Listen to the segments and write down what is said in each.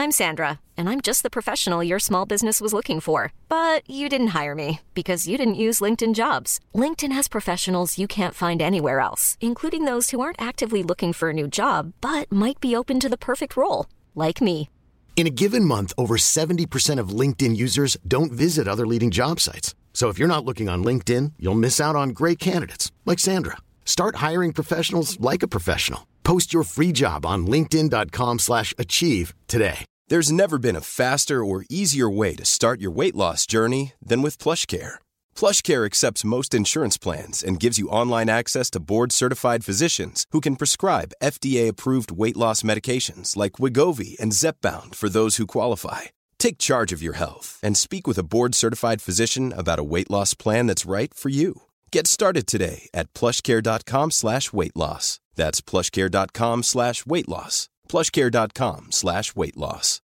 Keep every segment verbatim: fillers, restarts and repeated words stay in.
I'm Sandra, and I'm just the professional your small business was looking for. But you didn't hire me because you didn't use LinkedIn Jobs. LinkedIn has professionals you can't find anywhere else, including those who aren't actively looking for a new job, but might be open to the perfect role, like me. In a given month, over seventy percent of LinkedIn users don't visit other leading job sites. So if you're not looking on LinkedIn, you'll miss out on great candidates like Sandra. Start hiring professionals like a professional. Post your free job on linkedin dot com slash achieve today. There's never been a faster or easier way to start your weight loss journey than with PlushCare. PlushCare accepts most insurance plans and gives you online access to board-certified physicians who can prescribe F D A-approved weight loss medications like Wegovy and Zepbound for those who qualify. Take charge of your health and speak with a board-certified physician about a weight loss plan that's right for you. Get started today at plushcare.com slash weight loss. That's plushcare.com slash weight loss. plushcare.com slash weight loss.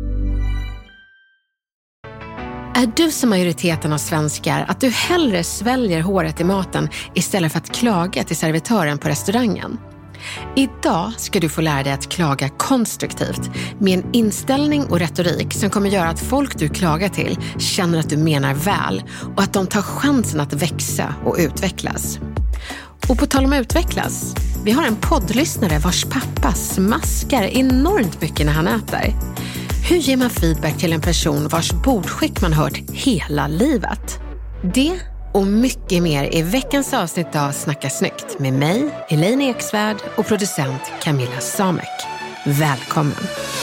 Är du som majoriteten av svenskar att du hellre sväljer håret i maten istället för att klaga till servitören på restaurangen? Idag ska du få lära dig att klaga konstruktivt med en inställning och retorik som kommer göra att folk du klagar till känner att du menar väl och att de tar chansen att växa och utvecklas. Och på tal om utvecklas, vi har en poddlyssnare vars pappa smaskar enormt mycket när han äter. Hur ger man feedback till en person vars bordskick man hört hela livet? Det och mycket mer i veckans avsnitt av Snacka snyggt med mig, Elaine Eksvärd och producent Camilla Samek. Välkommen!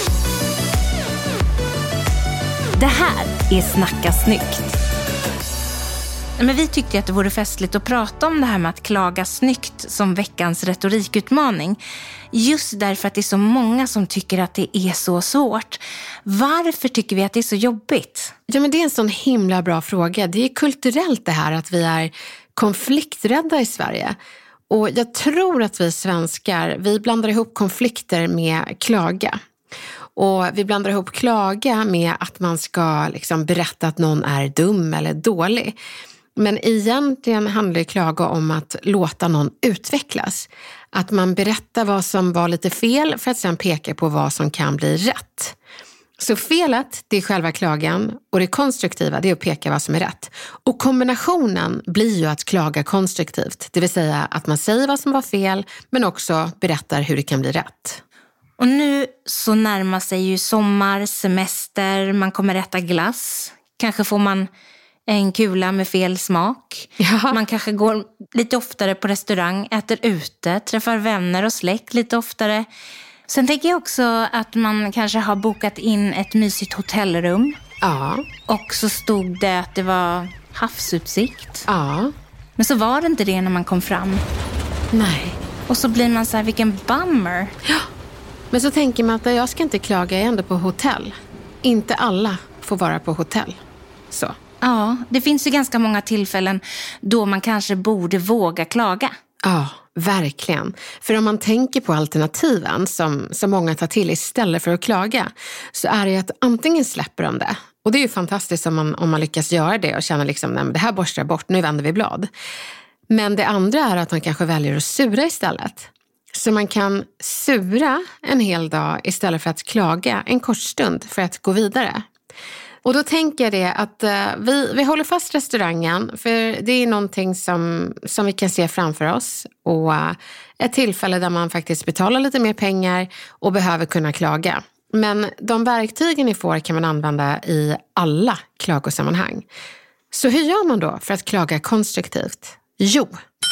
Det här är Snacka snyggt. Men vi tyckte att det vore festligt att prata om det här med att klaga snyggt som veckans retorikutmaning. Just därför att det är så många som tycker att det är så svårt. Varför tycker vi att det är så jobbigt? Ja, men det är en sån himla bra fråga. Det är kulturellt det här att vi är konflikträdda i Sverige. Och jag tror att vi svenskar, vi blandar ihop konflikter med klaga. Och vi blandar ihop klaga med att man ska liksom berätta att någon är dum eller dålig. Men egentligen handlar klaga om att låta någon utvecklas. Att man berättar vad som var lite fel för att sedan peka på vad som kan bli rätt. Så felet, det är själva klagan, och det konstruktiva, det är att peka vad som är rätt. Och kombinationen blir ju att klaga konstruktivt. Det vill säga att man säger vad som var fel men också berättar hur det kan bli rätt. Och nu så närmar sig ju sommar, semester, man kommer äta glass. Kanske får man en kula med fel smak. Ja. Man kanske går lite oftare på restaurang, äter ute, träffar vänner och släkt lite oftare. Sen tänker jag också att man kanske har bokat in ett mysigt hotellrum. Ja. Och så stod det att det var havsutsikt. Ja. Men så var det inte det när man kom fram. Nej. Och så blir man så här, vilken bummer. Ja. Men så tänker man att jag ska inte klaga, jag är ändå på hotell. Inte alla får vara på hotell. Så. Ja, det finns ju ganska många tillfällen då man kanske borde våga klaga. Ja, verkligen. För om man tänker på alternativen som, som många tar till istället för att klaga, så är det att antingen släpper de det. Och det är ju fantastiskt om man, om man lyckas göra det och känna liksom, nej men det här borstar bort, nu vänder vi blad. Men det andra är att man kanske väljer att sura istället. Så man kan sura en hel dag istället för att klaga en kort stund för att gå vidare. Och då tänker jag det att uh, vi, vi håller fast restaurangen, för det är någonting som, som vi kan se framför oss. Och uh, ett tillfälle där man faktiskt betalar lite mer pengar och behöver kunna klaga. Men de verktygen ni får kan man använda i alla klagosammanhang. Så hur gör man då för att klaga konstruktivt? Jo,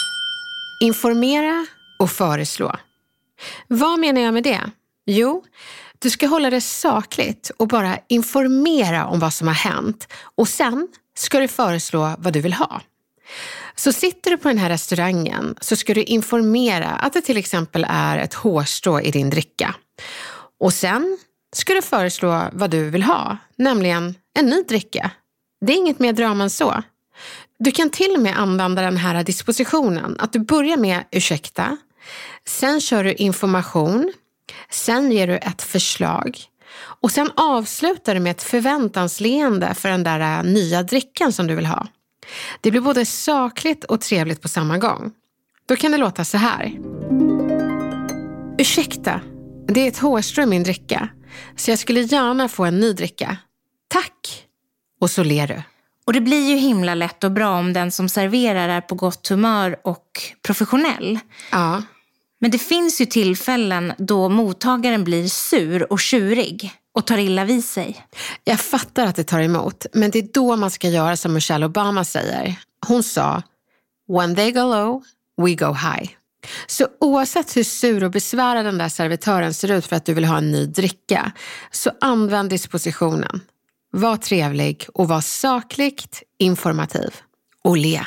informera och föreslå. Vad menar jag med det? Jo, du ska hålla det sakligt och bara informera om vad som har hänt. Och sen ska du föreslå vad du vill ha. Så sitter du på den här restaurangen så ska du informera att det till exempel är ett hårstrå i din dricka. Och sen ska du föreslå vad du vill ha, nämligen en ny dricka. Det är inget mer drama än så. Du kan till och med använda den här dispositionen. Att du börjar med ursäkta, sen kör du information, sen ger du ett förslag och sen avslutar du med ett förväntansleende för den där nya drickan som du vill ha. Det blir både sakligt och trevligt på samma gång. Då kan det låta så här. Ursäkta, det är ett hårstrå i min dricka. Så jag skulle gärna få en ny dricka. Tack! Och så ler du. Och det blir ju himla lätt och bra om den som serverar är på gott humör och professionell. Ja. Men det finns ju tillfällen då mottagaren blir sur och tjurig och tar illa vid sig. Jag fattar att det tar emot, men det är då man ska göra som Michelle Obama säger. Hon sa, when they go low, we go high. Så oavsett hur sur och besvärad den där servitören ser ut för att du vill ha en ny dricka, så använd dispositionen. Var trevlig och var sakligt informativ. Och le.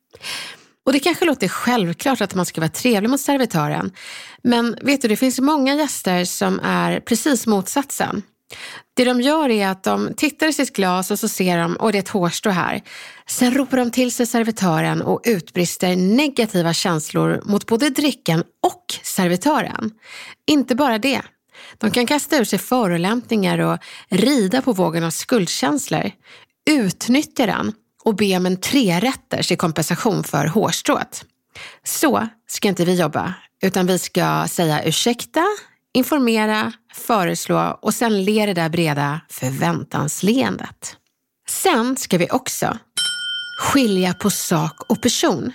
Och det kanske låter självklart att man ska vara trevlig mot servitören. Men vet du, det finns många gäster som är precis motsatsen. Det de gör är att de tittar i sitt glas och så ser de, och det är ett hårstrå här. Sen ropar de till sig servitören och utbrister negativa känslor mot både drycken och servitören. Inte bara det. De kan kasta ur sig förolämpningar och rida på vågen av skuldkänslor. Utnyttja den och be om en trerätters i kompensation för hårstrået. Så ska inte vi jobba, utan vi ska säga ursäkta, informera, föreslå och sen le det där breda förväntansleendet. Sen ska vi också skilja på sak och person.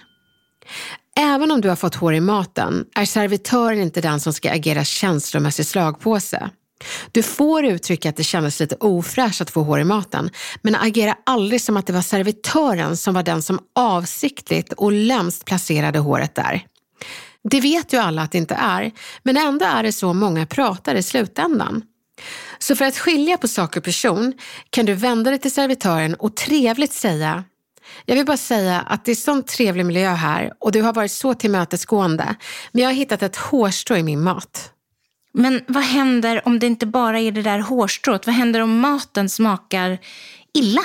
Även om du har fått hår i maten är servitören inte den som ska agera känslomässig slagpåse. Du får uttrycka att det kändes lite ofräscht att få hår i maten, men agera aldrig som att det var servitören som var den som avsiktligt och lömskt placerade håret där. Det vet ju alla att det inte är, men ändå är det så många pratar i slutändan. Så för att skilja på sak och person kan du vända dig till servitören och trevligt säga: jag vill bara säga att det är sån trevlig miljö här och du har varit så tillmötesgående, men jag har hittat ett hårstrå i min mat. Men vad händer om det inte bara är det där hårstrået? Vad händer om maten smakar illa?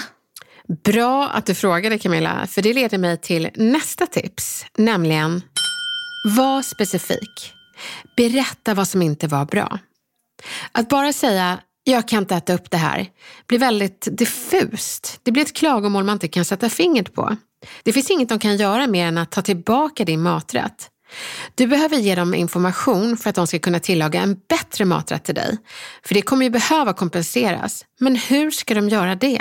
Bra att du frågade, Camilla, för det leder mig till nästa tips, nämligen var specifik. Berätta vad som inte var bra. Att bara säga jag kan inte äta upp det här blir väldigt diffust. Det blir ett klagomål man inte kan sätta fingret på. Det finns inget de kan göra mer än att ta tillbaka din maträtt. Du behöver ge dem information för att de ska kunna tillaga en bättre maträtt till dig. För det kommer ju behöva kompenseras. Men hur ska de göra det?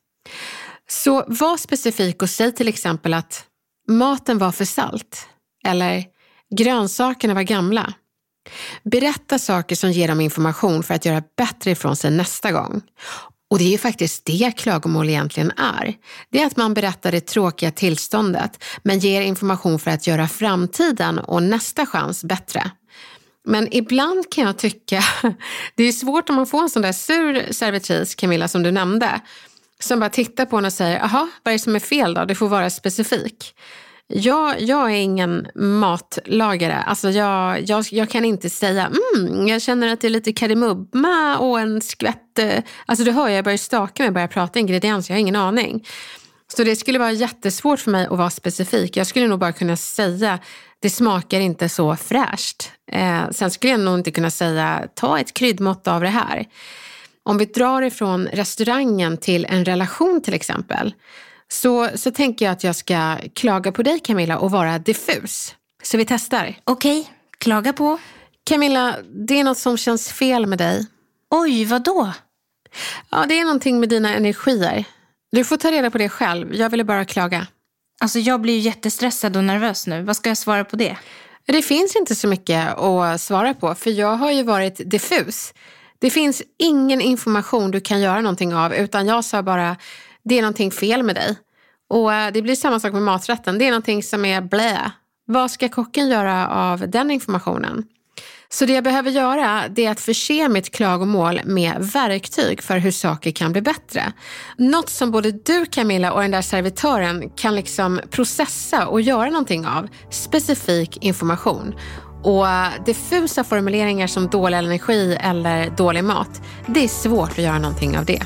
Så var specifik och säg till exempel att maten var för salt. Eller grönsakerna var gamla. Berätta saker som ger dem information för att göra bättre ifrån sig nästa gång. Och det är ju faktiskt det klagomål egentligen är. Det är att man berättar det tråkiga tillståndet men ger information för att göra framtiden och nästa chans bättre. Men ibland kan jag tycka, det är svårt om man får en sån där sur servitris, Camilla, som du nämnde, som bara tittar på en och säger, jaha, vad är det som är fel då? Du får vara specifik. Jag, jag är ingen matlagare. Alltså jag, jag, jag kan inte säga mm, jag känner att det är lite kardemumma och en skvätt. Alltså du hör, jag börjar staka mig och börjar prata ingredienser. Jag har ingen aning. Så det skulle vara jättesvårt för mig att vara specifik. Jag skulle nog bara kunna säga det smakar inte så fräscht. Eh, sen skulle jag nog inte kunna säga ta ett kryddmått av det här. Om vi drar ifrån restaurangen till en relation till exempel. Så, så tänker jag att jag ska klaga på dig, Camilla, och vara diffus. Så vi testar. Okej, okay, klaga på. Camilla, det är något som känns fel med dig. Oj, vad då? Ja, det är någonting med dina energier. Du får ta reda på det själv. Jag ville bara klaga. Alltså jag blir ju jättestressad och nervös nu. Vad ska jag svara på det? Det finns inte så mycket att svara på. För jag har ju varit diffus. Det finns ingen information du kan göra någonting av. Utan jag sa bara, det är någonting fel med dig. Och det blir samma sak med maträtten. Det är någonting som är blä. Vad ska kocken göra av den informationen? Så det jag behöver göra, det är att förse mitt klagomål med verktyg för hur saker kan bli bättre. Något som både du, Camilla, och den där servitören kan liksom processa och göra någonting av. Specifik information. Och diffusa formuleringar som dålig energi eller dålig mat, det är svårt att göra någonting av det.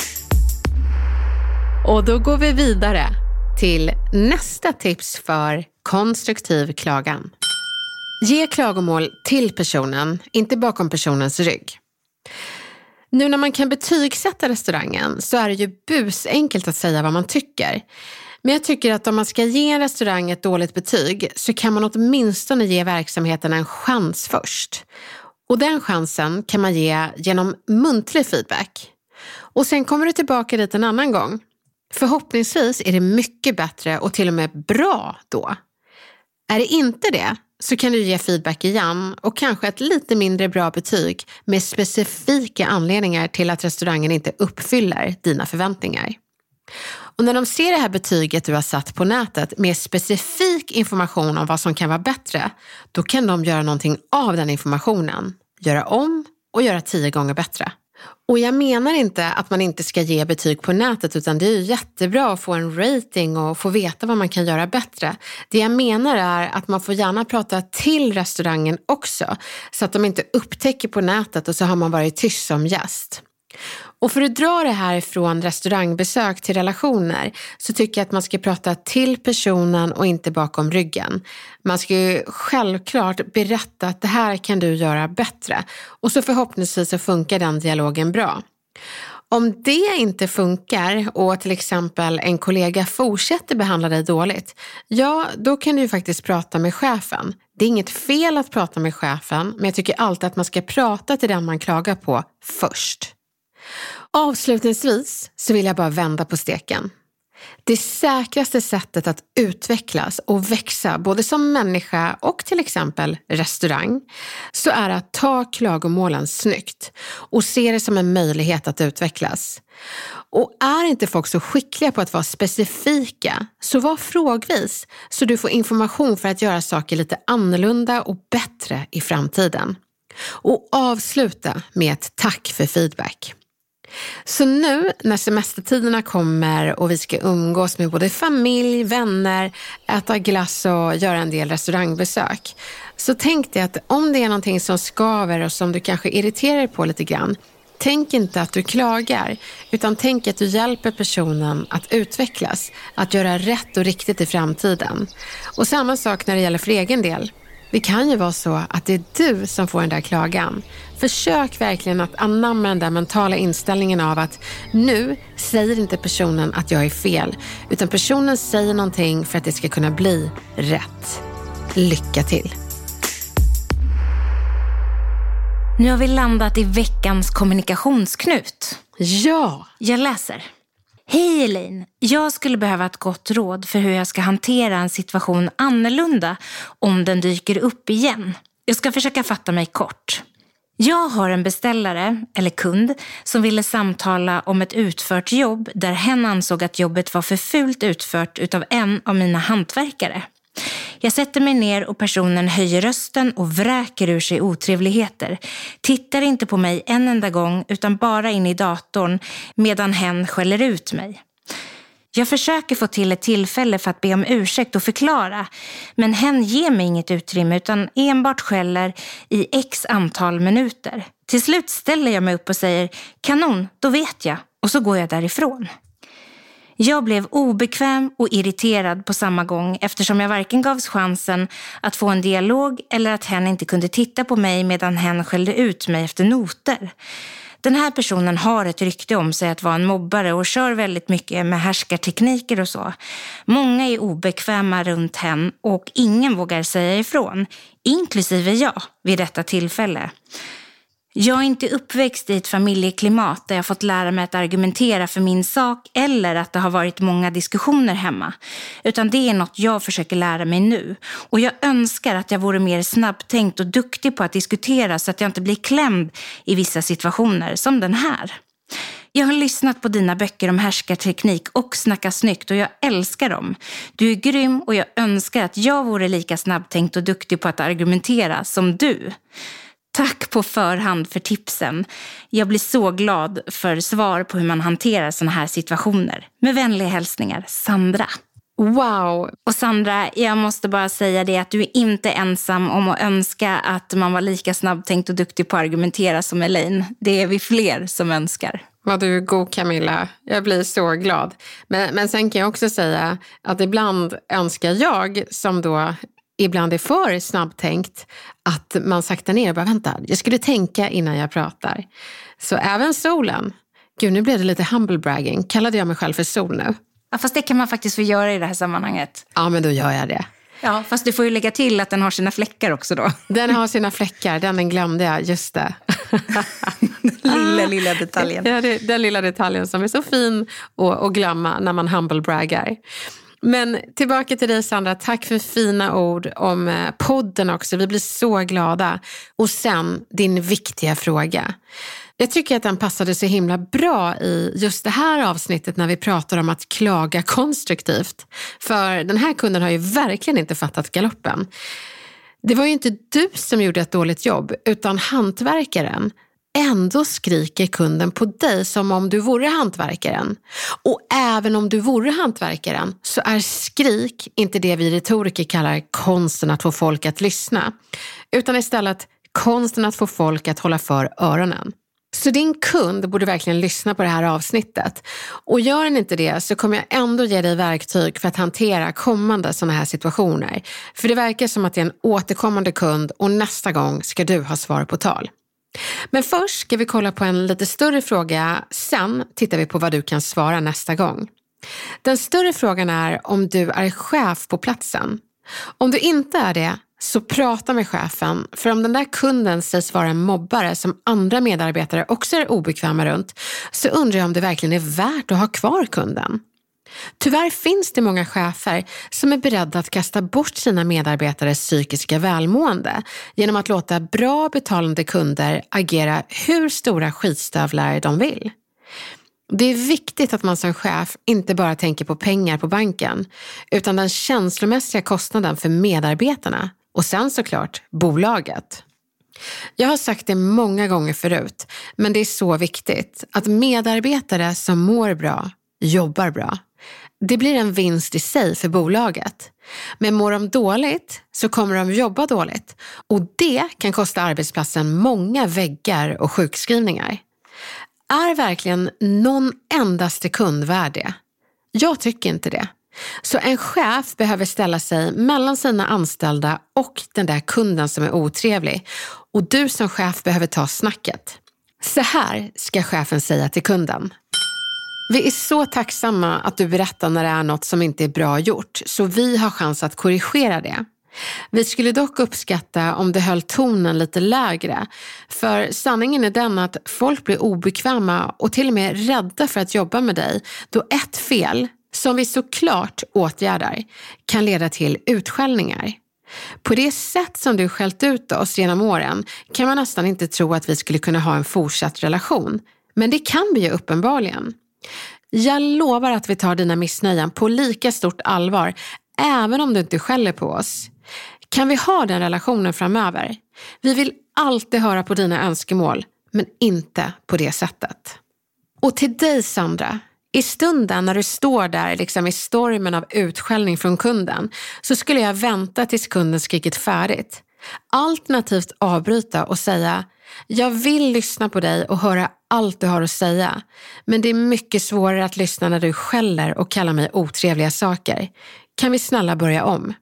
Och då går vi vidare till nästa tips för konstruktiv klagan. Ge klagomål till personen, inte bakom personens rygg. Nu när man kan betygsätta restaurangen så är det ju busenkelt att säga vad man tycker. Men jag tycker att om man ska ge en restaurang ett dåligt betyg så kan man åtminstone ge verksamheten en chans först. Och den chansen kan man ge genom muntlig feedback. Och sen kommer du tillbaka dit en annan gång. Förhoppningsvis är det mycket bättre och till och med bra då. Är det inte det så kan du ge feedback igen och kanske ett lite mindre bra betyg med specifika anledningar till att restaurangen inte uppfyller dina förväntningar. Och när de ser det här betyget du har satt på nätet med specifik information om vad som kan vara bättre, då kan de göra någonting av den informationen. Göra om och göra tio gånger bättre. Och jag menar inte att man inte ska ge betyg på nätet, utan det är ju jättebra att få en rating och få veta vad man kan göra bättre. Det jag menar är att man får gärna prata till restaurangen också, så att de inte upptäcker på nätet och så har man varit tyst som gäst. Och för att dra det här från restaurangbesök till relationer så tycker jag att man ska prata till personen och inte bakom ryggen. Man ska ju självklart berätta att det här kan du göra bättre, och så förhoppningsvis så funkar den dialogen bra. Om det inte funkar och till exempel en kollega fortsätter behandla dig dåligt, ja, då kan du ju faktiskt prata med chefen. Det är inget fel att prata med chefen, men jag tycker alltid att man ska prata till den man klagar på först. Avslutningsvis så vill jag bara vända på steken. Det säkraste sättet att utvecklas och växa både som människa och till exempel restaurang, så är att ta klagomålen snyggt och se det som en möjlighet att utvecklas. Och är inte folk så skickliga på att vara specifika, så var frågvis så du får information för att göra saker lite annorlunda och bättre i framtiden. Och avsluta med ett tack för feedback. Så nu när semestertiderna kommer och vi ska umgås med både familj, vänner, äta glass och göra en del restaurangbesök, så tänk dig att om det är någonting som skaver och som du kanske irriterar dig på lite grann, tänk inte att du klagar, utan tänk att du hjälper personen att utvecklas, att göra rätt och riktigt i framtiden. Och samma sak när det gäller för egen del. Det kan ju vara så att det är du som får den där klagan. Försök verkligen att anamma den där mentala inställningen av att nu säger inte personen att jag är fel, utan personen säger någonting för att det ska kunna bli rätt. Lycka till! Nu har vi landat i veckans kommunikationsknut. Ja! Jag läser. Hej Elaine, jag skulle behöva ett gott råd för hur jag ska hantera en situation annorlunda om den dyker upp igen. Jag ska försöka fatta mig kort. Jag har en beställare, eller kund, som ville samtala om ett utfört jobb där hen ansåg att jobbet var för fult utfört utav en av mina hantverkare. Jag sätter mig ner och personen höjer rösten och vräker ur sig otrevligheter. Tittar inte på mig en enda gång utan bara in i datorn medan hen skäller ut mig. Jag försöker få till ett tillfälle för att be om ursäkt och förklara, men hen ger mig inget utrymme utan enbart skäller i x antal minuter. Till slut ställer jag mig upp och säger kanon, då vet jag, och så går jag därifrån. Jag blev obekväm och irriterad på samma gång eftersom jag varken gavs chansen att få en dialog eller att hen inte kunde titta på mig medan hen skällde ut mig efter noter. Den här personen har ett rykte om sig att vara en mobbare och kör väldigt mycket med härskartekniker och så. Många är obekväma runt hen och ingen vågar säga ifrån, inklusive jag vid detta tillfälle. Jag är inte uppväxt i ett familjeklimat där jag fått lära mig att argumentera för min sak eller att det har varit många diskussioner hemma. Utan det är något jag försöker lära mig nu. Och jag önskar att jag vore mer snabbtänkt och duktig på att diskutera så att jag inte blir klämd i vissa situationer som den här. Jag har lyssnat på dina böcker om härskarteknik och snacka snyggt och jag älskar dem. Du är grym och jag önskar att jag vore lika snabbtänkt och duktig på att argumentera som du. Tack på förhand för tipsen. Jag blir så glad för svar på hur man hanterar såna här situationer. Med vänliga hälsningar, Sandra. Wow! Och Sandra, jag måste bara säga det att du är inte ensam om att önska att man var lika snabbtänkt och duktig på att argumentera som Elaine. Det är vi fler som önskar. Vad du är god, Camilla. Jag blir så glad. Men, men sen kan jag också säga att ibland önskar jag, som då ibland är för snabbtänkt, att man saktar ner och bara vänta, jag skulle tänka innan jag pratar. Så även solen. Gud, nu blev det lite humble bragging. Kallade jag mig själv för sol nu? Ja, fast det kan man faktiskt få göra i det här sammanhanget. Ja, men då gör jag det. Ja, fast du får ju lägga till att den har sina fläckar också då. Den har sina fläckar, den glömde jag, just det. lilla, lilla detaljen. Ja, det, den lilla detaljen som är så fin att, att glömma när man humble braggar. Men tillbaka till dig, Sandra, tack för fina ord om podden också. Vi blir så glada. Och sen din viktiga fråga. Jag tycker att den passade så himla bra i just det här avsnittet när vi pratar om att klaga konstruktivt. För den här kunden har ju verkligen inte fattat galoppen. Det var ju inte du som gjorde ett dåligt jobb, utan hantverkaren. Ändå skriker kunden på dig som om du vore hantverkaren. Och även om du vore hantverkaren så är skrik inte det vi retoriker kallar konsten att få folk att lyssna. Utan istället konsten att få folk att hålla för öronen. Så din kund borde verkligen lyssna på det här avsnittet. Och gör den inte det så kommer jag ändå ge dig verktyg för att hantera kommande sådana här situationer. För det verkar som att det är en återkommande kund och nästa gång ska du ha svar på tal. Men först ska vi kolla på en lite större fråga, sen tittar vi på vad du kan svara nästa gång. Den större frågan är om du är chef på platsen. Om du inte är det, så prata med chefen, för om den där kunden sägs vara en mobbare som andra medarbetare också är obekväma runt, så undrar jag om det verkligen är värt att ha kvar kunden. Tyvärr finns det många chefer som är beredda att kasta bort sina medarbetares psykiska välmående genom att låta bra betalande kunder agera hur stora skitstövlar de vill. Det är viktigt att man som chef inte bara tänker på pengar på banken, utan den känslomässiga kostnaden för medarbetarna och sen såklart bolaget. Jag har sagt det många gånger förut, men det är så viktigt att medarbetare som mår bra jobbar bra. Det blir en vinst i sig för bolaget. Men mår de dåligt så kommer de jobba dåligt. Och det kan kosta arbetsplatsen många väggar och sjukskrivningar. Är verkligen någon endaste kund värd det? Jag tycker inte det. Så en chef behöver ställa sig mellan sina anställda och den där kunden som är otrevlig. Och du som chef behöver ta snacket. Så här ska chefen säga till kunden. Vi är så tacksamma att du berättar när det är något som inte är bra gjort, så vi har chans att korrigera det. Vi skulle dock uppskatta om det höll tonen lite lägre, för sanningen är den att folk blir obekväma och till och med rädda för att jobba med dig, då ett fel, som vi såklart åtgärdar, kan leda till utskällningar. På det sätt som du skällt ut oss genom åren kan man nästan inte tro att vi skulle kunna ha en fortsatt relation, men det kan vi ju uppenbarligen. Jag lovar att vi tar dina missnöjen på lika stort allvar, även om du inte skäller på oss. Kan vi ha den relationen framöver? Vi vill alltid höra på dina önskemål, men inte på det sättet. Och till dig, Sandra, i stunden när du står där liksom i stormen av utskällning från kunden, så skulle jag vänta tills kunden skrikit färdigt. Alternativt avbryta och säga: jag vill lyssna på dig och höra allt du har att säga, men det är mycket svårare att lyssna när du skäller och kallar mig otrevliga saker. Kan vi snälla börja om?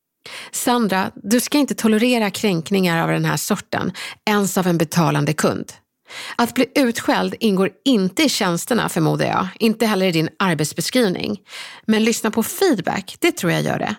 Sandra, du ska inte tolerera kränkningar av den här sorten, ens av en betalande kund. Att bli utskälld ingår inte i tjänsterna, förmodar jag, inte heller i din arbetsbeskrivning. Men lyssna på feedback, det tror jag gör det.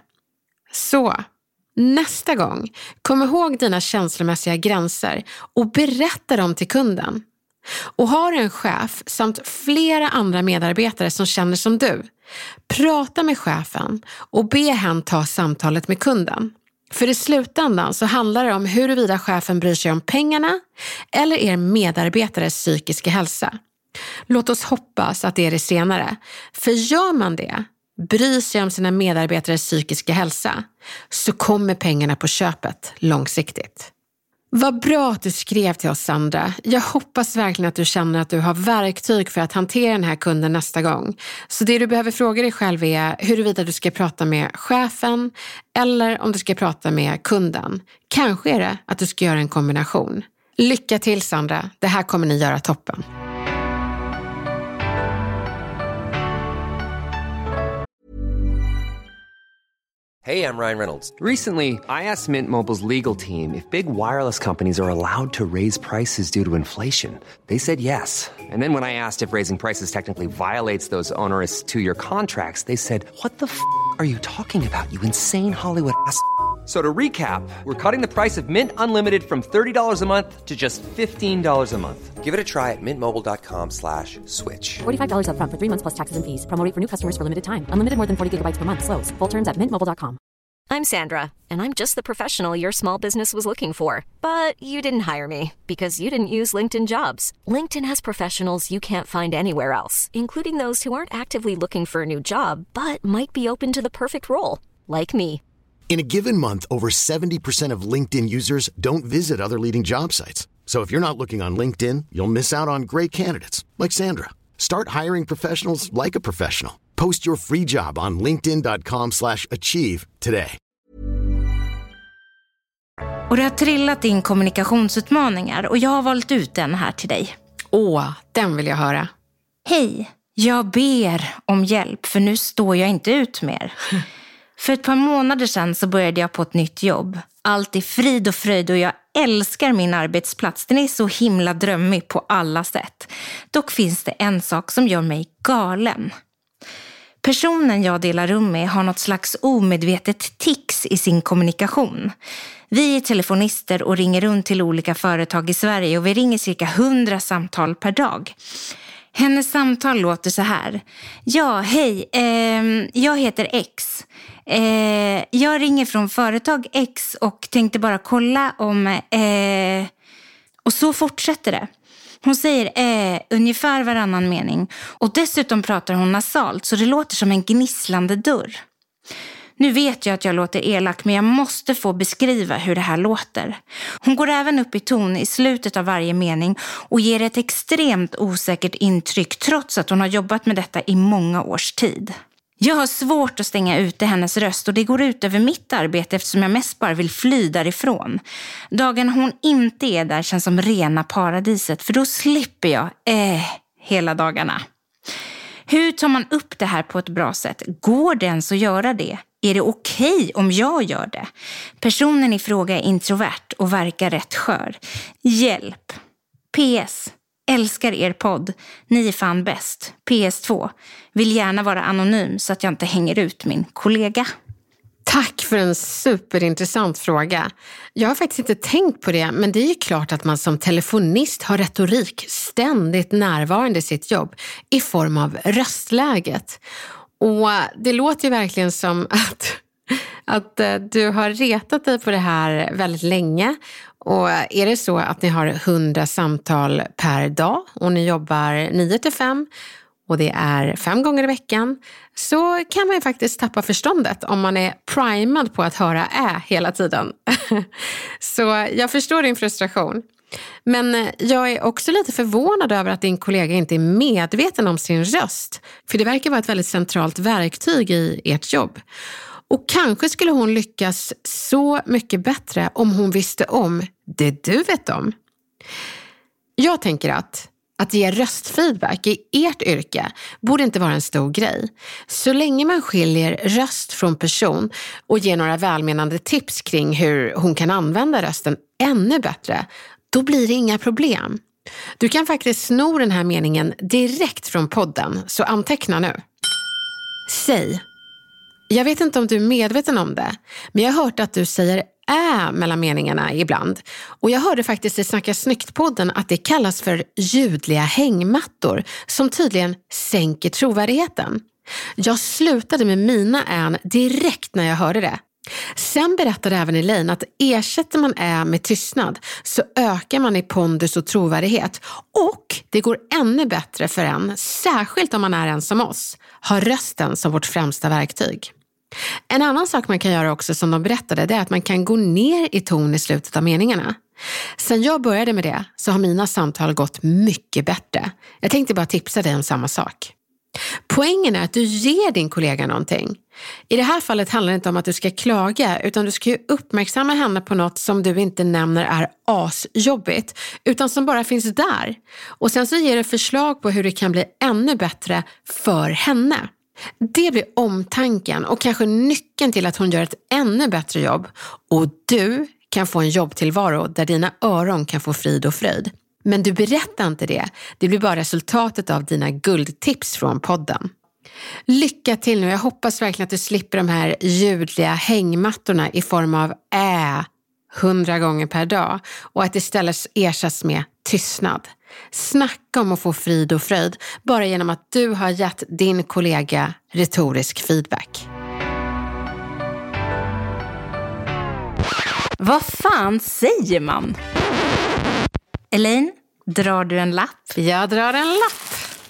Så, nästa gång, kom ihåg dina känslomässiga gränser och berätta dem till kunden. Och har en chef samt flera andra medarbetare som känner som du, prata med chefen och be hen ta samtalet med kunden. För i slutändan så handlar det om huruvida chefen bryr sig om pengarna eller er medarbetares psykiska hälsa. Låt oss hoppas att det är det senare. För gör man det, bryr sig om sina medarbetares psykiska hälsa, så kommer pengarna på köpet långsiktigt. Vad bra att du skrev till oss, Sandra. Jag hoppas verkligen att du känner att du har verktyg för att hantera den här kunden nästa gång. Så det du behöver fråga dig själv är huruvida du ska prata med chefen eller om du ska prata med kunden. Kanske är det att du ska göra en kombination. Lycka till, Sandra. Det här kommer ni göra toppen. Hey, I'm Ryan Reynolds. Recently, I asked Mint Mobile's legal team if big wireless companies are allowed to raise prices due to inflation. They said yes. And then when I asked if raising prices technically violates those onerous two-year contracts, they said, what the f*** are you talking about, you insane Hollywood ass f- So to recap, we're cutting the price of Mint Unlimited from thirty dollars a month to just fifteen dollars a month. Give it a try at mintmobile.com slash switch. forty-five dollars up front for three months plus taxes and fees. Promo rate for new customers for limited time. Unlimited more than forty gigabytes per month. Slows full terms at mint mobile dot com. I'm Sandra, and I'm just the professional your small business was looking for. But you didn't hire me because you didn't use LinkedIn Jobs. LinkedIn has professionals you can't find anywhere else, including those who aren't actively looking for a new job, but might be open to the perfect role, like me. In a given month, over seventy percent of LinkedIn users don't visit other leading job sites. So if you're not looking on LinkedIn, you'll miss out on great candidates like Sandra. Start hiring professionals like a professional. Post your free job on linkedin.com slash achieve today. Och det har trillat in kommunikationsutmaningar och jag har valt ut en här till dig. Åh, den vill jag höra. Hej, jag ber om hjälp för nu står jag inte ut mer. För ett par månader sedan så började jag på ett nytt jobb. Allt är frid och fröjd och jag älskar min arbetsplats. Den är så himla drömmig på alla sätt. Dock finns det en sak som gör mig galen. Personen jag delar rum med har något slags omedvetet tics i sin kommunikation. Vi är telefonister och ringer runt till olika företag i Sverige och vi ringer cirka hundra samtal per dag. Hennes samtal låter så här. Ja, hej, eh, jag heter X. Eh, jag ringer från företag X och tänkte bara kolla om... Eh, och så fortsätter det. Hon säger eh, ungefär varannan mening. Och dessutom pratar hon nasalt så det låter som en gnisslande dörr. Nu vet jag att jag låter elak men jag måste få beskriva hur det här låter. Hon går även upp i ton i slutet av varje mening och ger ett extremt osäkert intryck trots att hon har jobbat med detta i många års tid. Jag har svårt att stänga ute hennes röst och det går ut över mitt arbete eftersom jag mest bara vill fly därifrån. Dagen hon inte är där känns som rena paradiset för då slipper jag eh, hela dagarna. Hur tar man upp det här på ett bra sätt? Går det ens att göra det? Är det okej om jag gör det? Personen i fråga är introvert och verkar rätt skör. Hjälp. P S. Älskar er podd. Ni är fan bäst. P S två. Vill gärna vara anonym så att jag inte hänger ut min kollega. Tack för en superintressant fråga. Jag har faktiskt inte tänkt på det, men det är ju klart att man som telefonist har retorik ständigt närvarande i sitt jobb i form av röstläget. Och det låter ju verkligen som att, att du har retat dig på det här väldigt länge. Och är det så att ni har hundra samtal per dag och ni jobbar nio till fem och det är fem gånger i veckan, så kan man ju faktiskt tappa förståndet om man är primad på att höra ä hela tiden. Så jag förstår din frustration. Men jag är också lite förvånad över att din kollega inte är medveten om sin röst. För det verkar vara ett väldigt centralt verktyg i ert jobb. Och kanske skulle hon lyckas så mycket bättre om hon visste om det du vet om. Jag tänker att Att ge röstfeedback i ert yrke borde inte vara en stor grej. Så länge man skiljer röst från person och ger några välmenande tips kring hur hon kan använda rösten ännu bättre, då blir det inga problem. Du kan faktiskt sno den här meningen direkt från podden, så anteckna nu. Säg. Jag vet inte om du är medveten om det, men jag har hört att du säger ä mellan meningarna ibland. Och jag hörde faktiskt i Snacka snyggt-podden att det kallas för ljudliga hängmattor som tydligen sänker trovärdigheten. Jag slutade med mina än direkt när jag hörde det. Sen berättade även Elaine att ersätter man ä med tystnad så ökar man i pondus och trovärdighet. Och det går ännu bättre för en, särskilt om man är en som oss, har rösten som vårt främsta verktyg. En annan sak man kan göra också som de berättade, det är att man kan gå ner i ton i slutet av meningarna. Sen jag började med det så har mina samtal gått mycket bättre. Jag tänkte bara tipsa dig om samma sak. Poängen är att du ger din kollega någonting. I det här fallet handlar det inte om att du ska klaga, utan du ska ju uppmärksamma henne på något som du inte nämner är asjobbigt, utan som bara finns där. Och sen så ger du förslag på hur det kan bli ännu bättre för henne. Det blir omtanken och kanske nyckeln till att hon gör ett ännu bättre jobb. Och du kan få en jobbtillvaro där dina öron kan få frid och fröjd. Men du berättar inte det. Det blir bara resultatet av dina guldtips från podden. Lycka till nu. Jag hoppas verkligen att du slipper de här ljudliga hängmattorna i form av ä hundra gånger per dag och att det istället ersätts med tystnad. Snacka om att få frid och fröjd bara genom att du har gett din kollega retorisk feedback. Vad fan säger man? Elaine, drar du en lapp? Jag drar en lapp.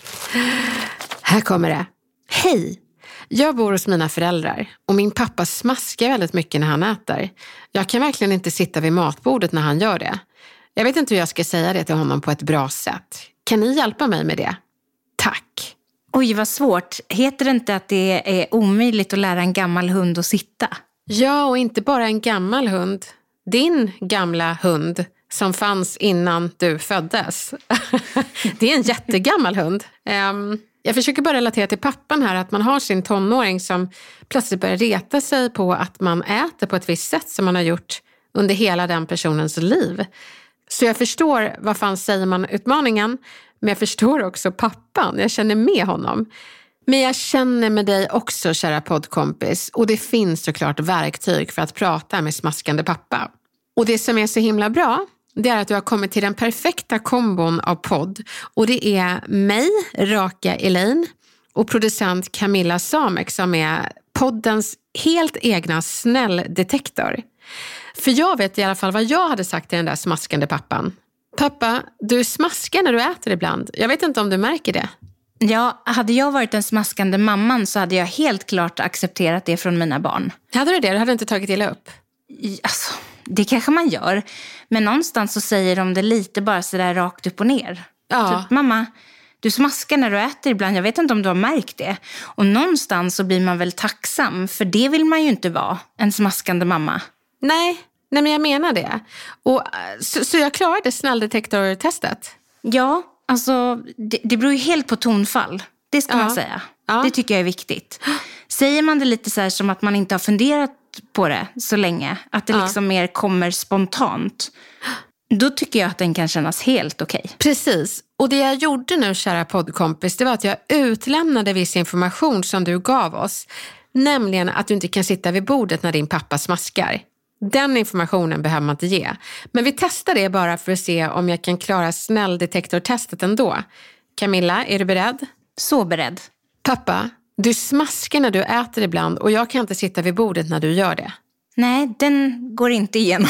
Här kommer det. Hej, jag bor hos mina föräldrar och min pappa smaskar väldigt mycket när han äter. Jag kan verkligen inte sitta vid matbordet när han gör det. Jag vet inte hur jag ska säga det till honom på ett bra sätt. Kan ni hjälpa mig med det? Tack. Oj, vad svårt. Heter det inte att det är omöjligt att lära en gammal hund att sitta? Ja, och inte bara en gammal hund. Din gamla hund som fanns innan du föddes. Det är en jättegammal hund. Um, jag försöker bara relatera till pappan här, att man har sin tonåring som plötsligt börjar reta sig på att man äter på ett visst sätt som man har gjort under hela den personens liv. Så jag förstår vad fan säger man utmaningen, men jag förstår också pappan. Jag känner med honom. Men jag känner med dig också, kära poddkompis. Och det finns såklart verktyg för att prata med smaskande pappa. Och det som är så himla bra, det är att du har kommit till den perfekta kombon av podd. Och det är mig, Raka Elaine, och producent Camilla Samek som är poddens helt egna snälldetektor. För jag vet i alla fall vad jag hade sagt till den där smaskande pappan. Pappa, du smaskar när du äter ibland. Jag vet inte om du märker det. Ja, hade jag varit den smaskande mamman så hade jag helt klart accepterat det från mina barn. Hade du det? Du hade inte tagit illa upp? Alltså, det kanske man gör. Men någonstans så säger de det lite bara sådär rakt upp och ner. Ja. Typ, mamma, du smaskar när du äter ibland. Jag vet inte om du har märkt det. Och någonstans så blir man väl tacksam. För det vill man ju inte vara, en smaskande mamma. Nej, nej men jag menar det. Och, så, så jag klarade snälldetektortestet? Ja, alltså det, det beror ju helt på tonfall. Det ska ja. man säga. Ja. Det tycker jag är viktigt. Säger man det lite så här som att man inte har funderat på det så länge, att det ja. liksom mer kommer spontant, då tycker jag att den kan kännas helt okej. Okay. Precis. Och det jag gjorde nu, kära poddkompis, det var att jag utlämnade viss information som du gav oss. Nämligen att du inte kan sitta vid bordet när din pappa smaskar. Den informationen behöver man inte ge. Men vi testar det bara för att se om jag kan klara snälldetektortestet ändå. Camilla, är du beredd? Så beredd. Pappa, du smaskar när du äter ibland och jag kan inte sitta vid bordet när du gör det. Nej, den går inte igenom.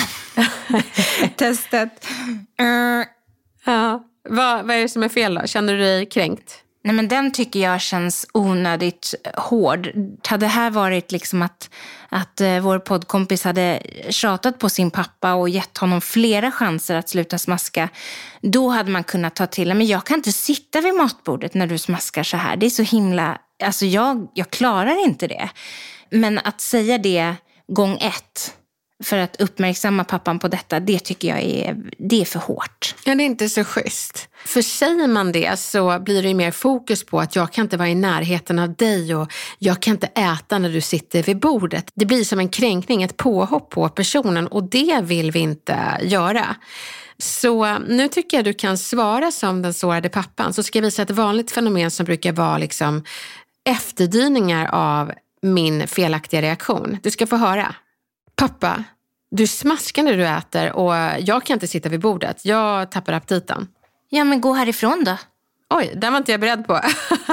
Testet. Uh. Ja. Vad, vad är det som är fel då? Känner du dig kränkt? Nej, men den tycker jag känns onödigt hård. Hade det här varit liksom att, att uh, vår poddkompis hade tjatat på sin pappa och gett honom flera chanser att sluta smaska, då hade man kunnat ta till. Men jag kan inte sitta vid matbordet när du smaskar så här. Det är så himla... Alltså jag, jag klarar inte det. Men att säga det gång ett för att uppmärksamma pappan på detta, det tycker jag är, det är för hårt. Ja, det är inte så schysst. För säger man det så blir det ju mer fokus på att jag kan inte vara i närheten av dig och jag kan inte äta när du sitter vid bordet. Det blir som en kränkning, ett påhopp på personen och det vill vi inte göra. Så nu tycker jag du kan svara som den sårade pappan, så ska jag visa ett vanligt fenomen som brukar vara liksom efterdyningar av min felaktiga reaktion. Du ska få höra. Pappa, du smaskar när du äter och jag kan inte sitta vid bordet. Jag tappar aptiten. Ja, men gå härifrån då. Oj, den var inte jag beredd på.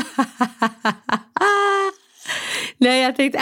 Nej, jag tänkte...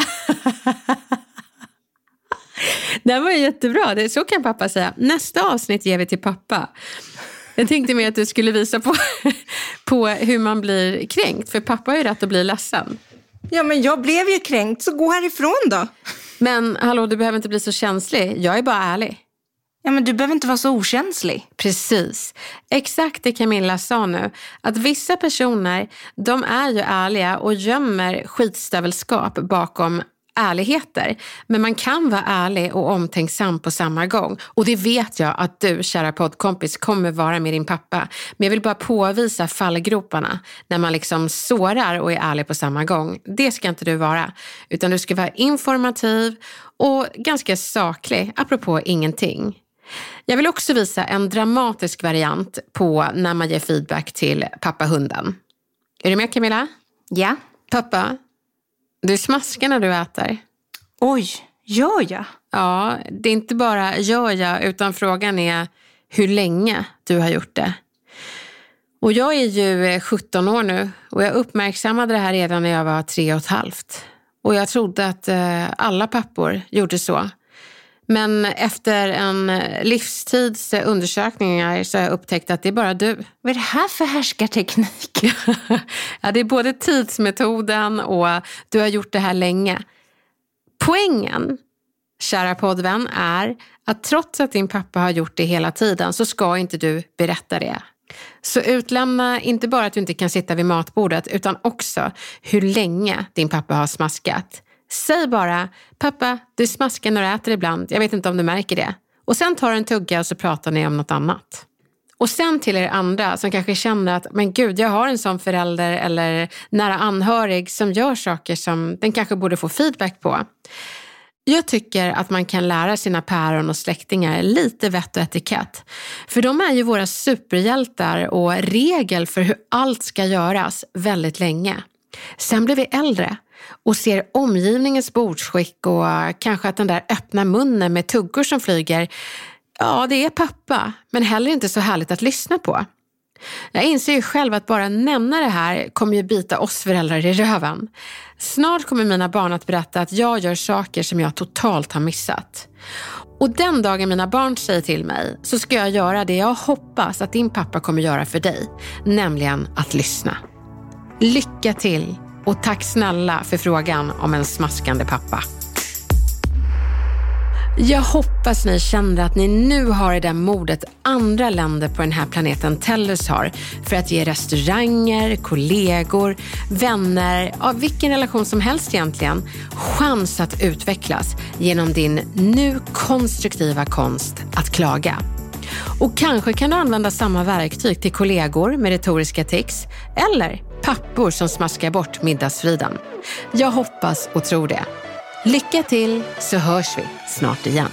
Den var jättebra. Det, så kan pappa säga. Nästa avsnitt ger vi till pappa. Jag tänkte mer att du skulle visa på, på hur man blir kränkt. För pappa har ju rätt att bli ledsen. Ja, men jag blev ju kränkt, så gå härifrån då. Men hallå, du behöver inte bli så känslig. Jag är bara ärlig. Ja, men du behöver inte vara så okänslig. Precis. Exakt det Camilla sa nu. Att vissa personer, de är ju ärliga och gömmer skitstövelskap bakom ärligheter. Men man kan vara ärlig och omtänksam på samma gång. Och det vet jag att du, kära poddkompis, kommer vara med din pappa. Men jag vill bara påvisa fallgroparna när man liksom sårar och är ärlig på samma gång. Det ska inte du vara. Utan du ska vara informativ och ganska saklig, apropå ingenting. Jag vill också visa en dramatisk variant på när man ger feedback till pappa-hunden. Är du med, Camilla? Ja. Pappa, du smaskar när du äter. Oj, gör jag? Ja, det är inte bara gör jag, utan frågan är hur länge du har gjort det. Och jag är ju sjutton år nu och jag uppmärksammade det här redan när jag var tre och ett halvt. Och jag trodde att alla pappor gjorde så. Men efter en livstids undersökningar så har jag upptäckt att det är bara du. Vad är det här för härskarteknik? Ja, det är både tidsmetoden och du har gjort det här länge. Poängen, kära poddvän, är att trots att din pappa har gjort det hela tiden så ska inte du berätta det. Så utlämna inte bara att du inte kan sitta vid matbordet utan också hur länge din pappa har smaskat. Säg bara, pappa, du smaskar när du äter ibland. Jag vet inte om du märker det. Och sen tar du en tugga och så pratar ni om något annat. Och sen till er andra som kanske känner att, men gud, jag har en sån förälder eller nära anhörig som gör saker som den kanske borde få feedback på. Jag tycker att man kan lära sina päron och släktingar lite vett och etikett. För de är ju våra superhjältar och regel för hur allt ska göras väldigt länge. Sen blir vi äldre och ser omgivningens bordsskick och kanske att den där öppna munnen med tuggor som flyger, ja, det är pappa, men heller inte så härligt att lyssna på. Jag inser ju själv att bara nämna det här kommer ju bita oss föräldrar i röven. Snart kommer mina barn att berätta att jag gör saker som jag totalt har missat. Och den dagen mina barn säger till mig så ska jag göra det jag hoppas att din pappa kommer göra för dig, nämligen att lyssna. Lycka till och tack snälla för frågan om en smaskande pappa. Jag hoppas ni känner att ni nu har det där modet andra länder på den här planeten Tellus har för att ge restauranger, kollegor, vänner, av vilken relation som helst egentligen, chans att utvecklas genom din nu konstruktiva konst att klaga. Och kanske kan du använda samma verktyg till kollegor med retoriska tics eller pappor som smaskar bort middagsfriden. Jag hoppas och tror det. Lycka till, så hörs vi snart igen.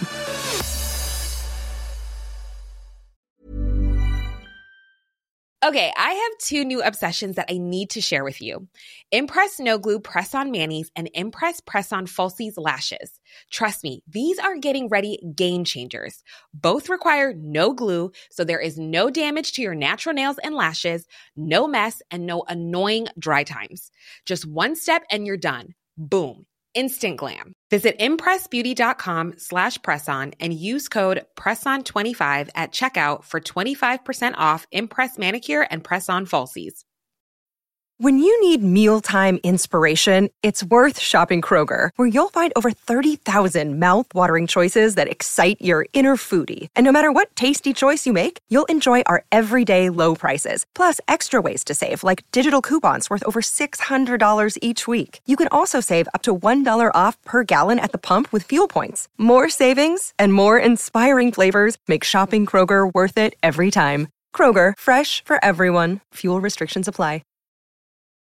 Okay, I have two new obsessions that I need to share with you. Impress No Glue Press-On Manis and Impress Press-On Falsies Lashes. Trust me, these are getting ready game changers. Both require no glue, so there is no damage to your natural nails and lashes, no mess, and no annoying dry times. Just one step and you're done. Boom. Instant glam. Visit impressbeauty.com slash presson and use code presson twenty-five at checkout for twenty-five percent off Impress Manicure and Press-On Falsies. When you need mealtime inspiration, it's worth shopping Kroger, where you'll find over thirty thousand mouth-watering choices that excite your inner foodie. And no matter what tasty choice you make, you'll enjoy our everyday low prices, plus extra ways to save, like digital coupons worth over six hundred dollars each week. You can also save up to one dollar off per gallon at the pump with fuel points. More savings and more inspiring flavors make shopping Kroger worth it every time. Kroger, fresh for everyone. Fuel restrictions apply.